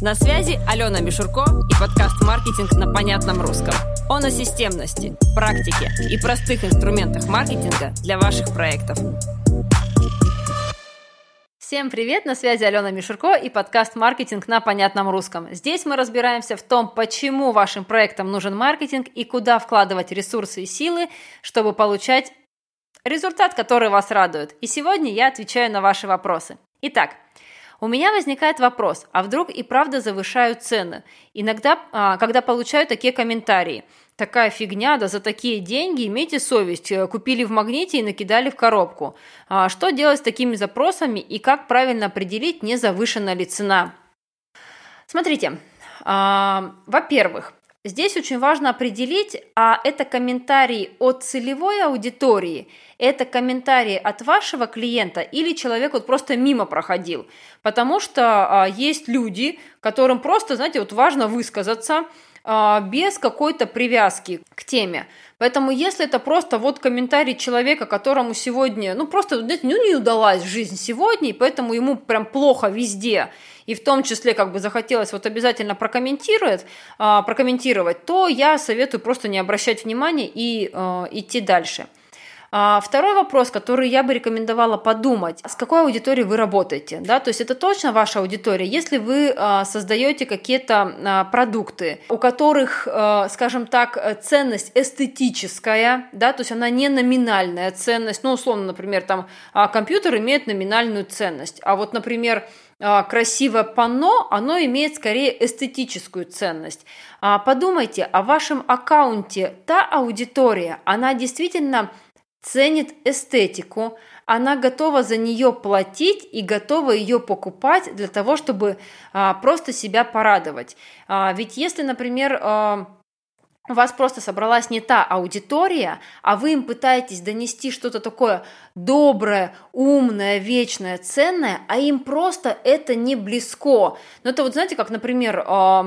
На связи Алена Мишурко и подкаст «Маркетинг на понятном русском». Он о системности, практике и простых инструментах маркетинга для ваших проектов. Всем привет! На связи Алена Мишурко и подкаст «Маркетинг на понятном русском». Здесь мы разбираемся в том, почему вашим проектам нужен маркетинг и куда вкладывать ресурсы и силы, чтобы получать результат, который вас радует. И сегодня я отвечаю на ваши вопросы. Итак, у меня возникает вопрос, а вдруг и правда завышают цены? Иногда, когда получаю такие комментарии, такая фигня, да за такие деньги, имейте совесть, купили в магните и накидали в коробку. Что делать с такими запросами и как правильно определить, не завышена ли цена? Смотрите, во-первых, здесь очень важно определить, это комментарии от целевой аудитории, это комментарии от вашего клиента или человек вот просто мимо проходил. Потому что есть люди, которым просто, знаете, вот важно высказаться без какой-то привязки к теме. Поэтому если это просто вот комментарий человека, которому сегодня, не удалась жизнь сегодня, и поэтому ему прям плохо везде, и в том числе захотелось вот обязательно прокомментировать, то я советую просто не обращать внимания и идти дальше. Второй вопрос, который я бы рекомендовала подумать, с какой аудиторией вы работаете, да, то есть это точно ваша аудитория, если вы создаете какие-то продукты, у которых, скажем так, ценность эстетическая, да, то есть она не номинальная ценность, условно, например, там компьютер имеет номинальную ценность, а вот, например, красивое панно, оно имеет скорее эстетическую ценность. Подумайте, о вашем аккаунте та аудитория, она действительно ценит эстетику, она готова за нее платить и готова ее покупать для того, чтобы просто себя порадовать. Ведь если, например, у вас просто собралась не та аудитория, а вы им пытаетесь донести что-то такое доброе, умное, вечное, ценное, а им просто это не близко. Это вот знаете, как, например,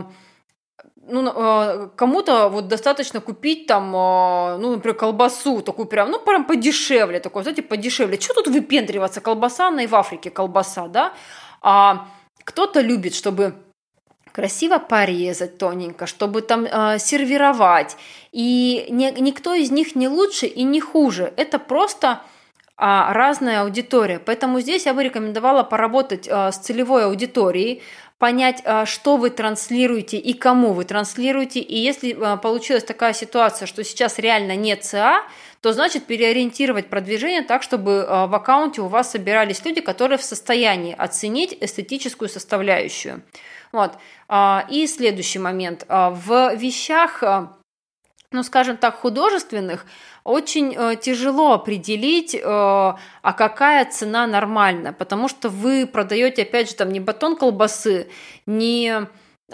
кому-то вот достаточно купить там, например, колбасу, такую прям подешевле, такой, знаете, подешевле. Что тут выпендриваться? Колбаса, она и в Африке колбаса, да? А кто-то любит, чтобы красиво порезать тоненько, чтобы там сервировать. И никто из них не лучше и не хуже. Это просто разная аудитория. Поэтому здесь я бы рекомендовала поработать с целевой аудиторией, понять, что вы транслируете и кому вы транслируете. И если получилась такая ситуация, что сейчас реально нет ЦА, то значит переориентировать продвижение так, чтобы в аккаунте у вас собирались люди, которые в состоянии оценить эстетическую составляющую. Вот. И следующий момент. В вещах, скажем так, художественных, очень тяжело определить, какая цена нормальна, потому что вы продаете, опять же, там не батон колбасы, не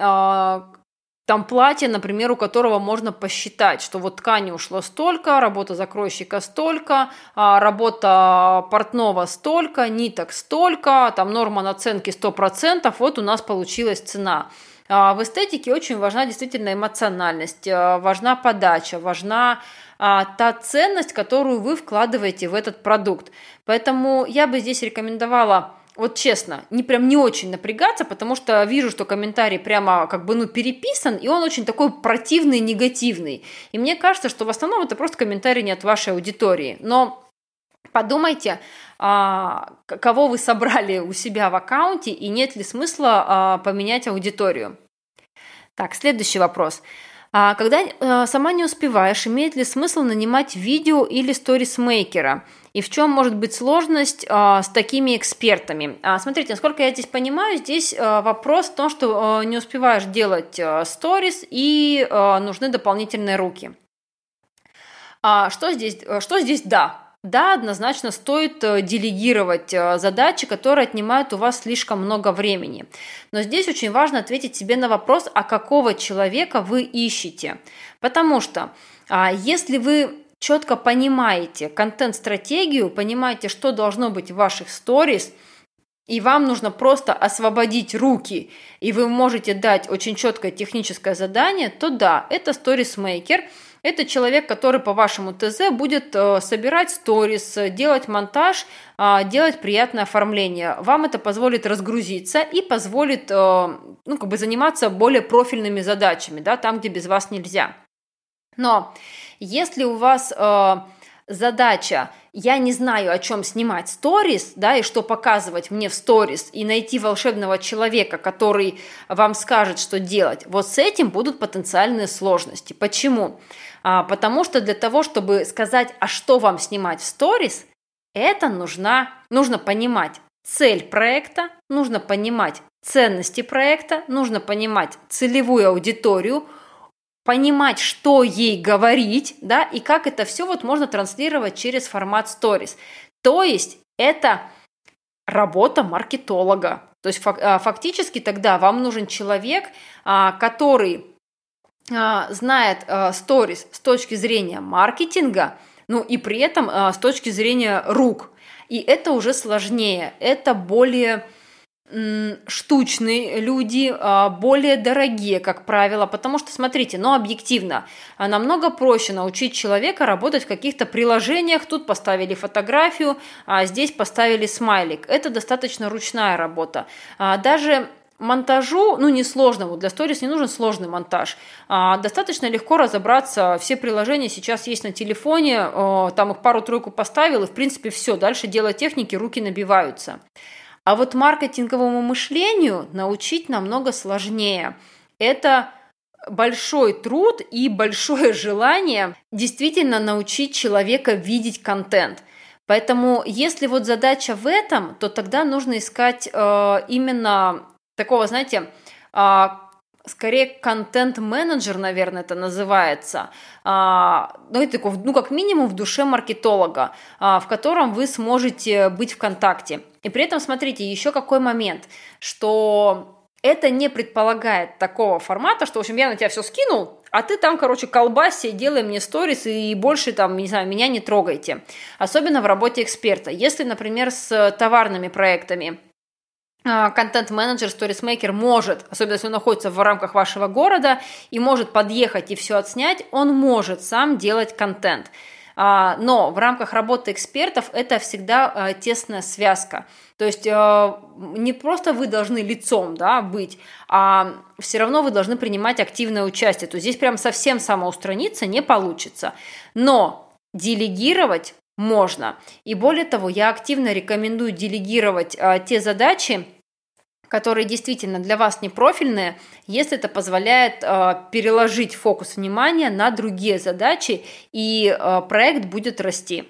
платье, например, у которого можно посчитать, что вот ткани ушло столько, работа закройщика столько, работа портного столько, ниток столько, там норма наценки 100%, вот у нас получилась цена. В эстетике очень важна действительно эмоциональность, важна подача, важна та ценность, которую вы вкладываете в этот продукт. Поэтому я бы здесь рекомендовала, вот честно, не очень напрягаться, потому что вижу, что комментарий прямо переписан, и он очень такой противный, негативный. И мне кажется, что в основном это просто комментарий не от вашей аудитории. Но подумайте, кого вы собрали у себя в аккаунте, и нет ли смысла поменять аудиторию. Так, следующий вопрос. Когда сама не успеваешь, имеет ли смысл нанимать видео или сторисмейкера? И в чем может быть сложность с такими экспертами? Смотрите, насколько я здесь понимаю, здесь вопрос в том, что не успеваешь делать сторис и нужны дополнительные руки. Что здесь да? Да, однозначно стоит делегировать задачи, которые отнимают у вас слишком много времени. Но здесь очень важно ответить себе на вопрос, какого человека вы ищете. Потому что если вы четко понимаете контент-стратегию, понимаете, что должно быть в ваших сторис, и вам нужно просто освободить руки, и вы можете дать очень четкое техническое задание, то да, это сторисмейкер. Это человек, который по вашему ТЗ будет собирать сторис, делать монтаж, делать приятное оформление. Вам это позволит разгрузиться и позволит заниматься более профильными задачами, да, там, где без вас нельзя. Но если у вас задача, я не знаю, о чем снимать сторис, да, и что показывать мне в сторис, и найти волшебного человека, который вам скажет, что делать, вот с этим будут потенциальные сложности. Почему? Потому что для того, чтобы сказать, а что вам снимать в сторис, это нужно понимать цель проекта, нужно понимать ценности проекта, нужно понимать целевую аудиторию, понимать, что ей говорить, да, и как это все вот можно транслировать через формат stories. То есть это работа маркетолога. То есть фактически тогда вам нужен человек, который знает stories с точки зрения маркетинга, и при этом с точки зрения рук. И это уже сложнее, это более штучные люди, более дорогие, как правило, потому что, смотрите, объективно, намного проще научить человека работать в каких-то приложениях, тут поставили фотографию, а здесь поставили смайлик. Это достаточно ручная работа. Даже монтажу, несложному, для сторис не нужен сложный монтаж. Достаточно легко разобраться, все приложения сейчас есть на телефоне, там их пару-тройку поставил, и в принципе все, дальше дело техники, руки набиваются. А вот маркетинговому мышлению научить намного сложнее. Это большой труд и большое желание действительно научить человека видеть контент. Поэтому если вот задача в этом, то тогда нужно искать именно такого, знаете, скорее контент-менеджер, наверное, это называется, как минимум в душе маркетолога, в котором вы сможете быть в контакте. И при этом, смотрите, еще какой момент, что это не предполагает такого формата, что, в общем, я на тебя все скинул, а ты там, колбаси, делай мне сторис и больше там, не знаю, меня не трогайте. Особенно в работе эксперта. Если, например, с товарными проектами контент-менеджер, сторисмейкер может, особенно если он находится в рамках вашего города и может подъехать и все отснять, он может сам делать контент. Но в рамках работы экспертов это всегда тесная связка. То есть не просто вы должны лицом, да, быть, а все равно вы должны принимать активное участие. То есть здесь прям совсем самоустраниться не получится. Но делегировать можно. И более того, я активно рекомендую делегировать те задачи, которые действительно для вас не профильные, если это позволяет переложить фокус внимания на другие задачи, и проект будет расти.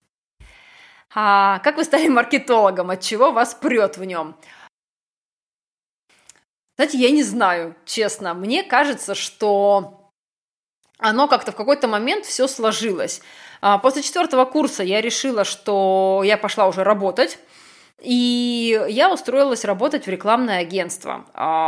Как вы стали маркетологом? От чего вас прет в нем? Знаете, я не знаю, честно. Мне кажется, что оно как-то в какой-то момент все сложилось. После 4 курса я решила, что я пошла уже работать, и я устроилась работать в рекламное агентство.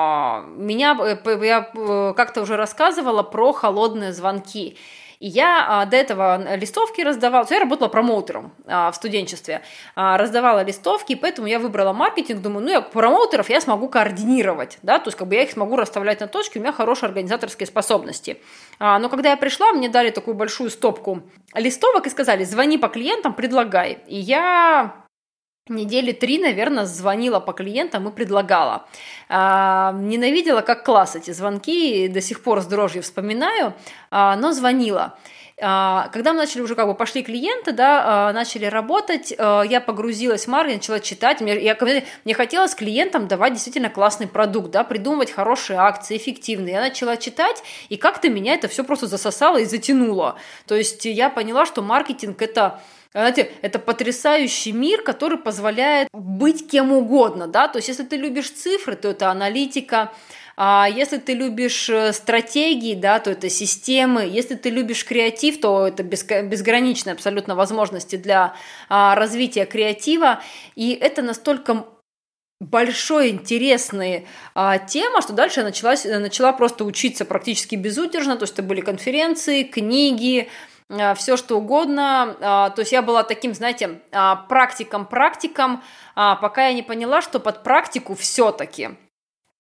Я как-то уже рассказывала про холодные звонки. И я до этого листовки раздавала, я работала промоутером в студенчестве, раздавала листовки, поэтому я выбрала маркетинг, думаю, промоутеров я смогу координировать, да, то есть я их смогу расставлять на точки, у меня хорошие организаторские способности. Но когда я пришла, мне дали такую большую стопку листовок и сказали, звони по клиентам, предлагай. И я недели 3, наверное, звонила по клиентам и предлагала. Ненавидела как класс эти звонки, до сих пор с дрожью вспоминаю, но звонила. Когда мы начали уже пошли клиенты, да, начали работать, я погрузилась в маркетинг, начала читать. Мне хотелось клиентам давать действительно классный продукт, да, придумывать хорошие акции, эффективные. Я начала читать, и как-то меня это все просто засосало и затянуло. То есть я поняла, что маркетинг – это, знаете, это потрясающий мир, который позволяет быть кем угодно, да, то есть если ты любишь цифры, то это аналитика, если ты любишь стратегии, да, то это системы, если ты любишь креатив, то это безграничные абсолютно возможности для развития креатива, и это настолько большой, интересная тема, что дальше я начала просто учиться практически безудержно, то есть это были конференции, книги, все что угодно, то есть я была таким, знаете, практиком, пока я не поняла, что под практику все-таки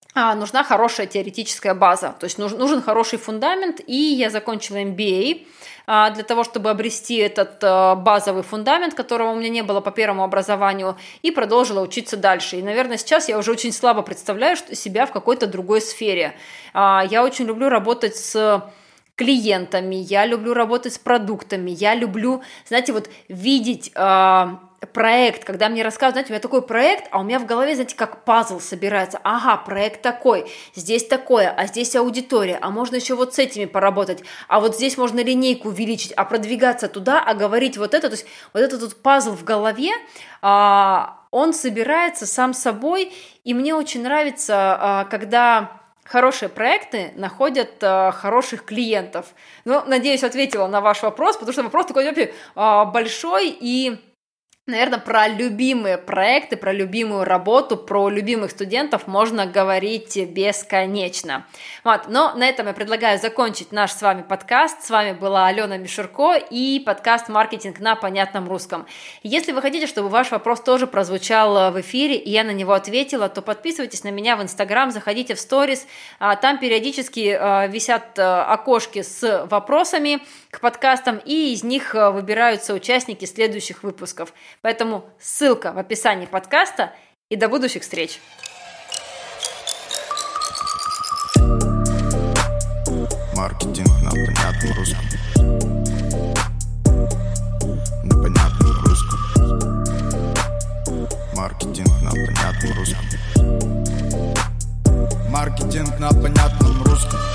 нужна хорошая теоретическая база, то есть нужен хороший фундамент, и я закончила MBA для того, чтобы обрести этот базовый фундамент, которого у меня не было по первому образованию, и продолжила учиться дальше. И, наверное, сейчас я уже очень слабо представляю себя в какой-то другой сфере. Я очень люблю работать с клиентами, я люблю работать с продуктами, я люблю, знаете, вот видеть проект, когда мне рассказывают, знаете, у меня такой проект, а у меня в голове, знаете, как пазл собирается. Ага, проект такой, здесь такое, а здесь аудитория, а можно еще вот с этими поработать, а вот здесь можно линейку увеличить, а продвигаться туда, а говорить вот это. То есть вот этот вот пазл в голове, он собирается сам собой, и мне очень нравится, когда хорошие проекты находят хороших клиентов. Ну, надеюсь, ответила на ваш вопрос, потому что вопрос такой большой и, наверное, про любимые проекты, про любимую работу, про любимых студентов можно говорить бесконечно. Вот, но на этом я предлагаю закончить наш с вами подкаст. С вами была Алена Мишурко и подкаст «Маркетинг на понятном русском». Если вы хотите, чтобы ваш вопрос тоже прозвучал в эфире, и я на него ответила, то подписывайтесь на меня в Инстаграм, заходите в сторис. Там периодически висят окошки с вопросами к подкастам, и из них выбираются участники следующих выпусков. Поэтому ссылка в описании подкаста, и до будущих встреч! Маркетинг на понятном русском. На понятном русском. Маркетинг на понятном русском. Маркетинг на понятном русском.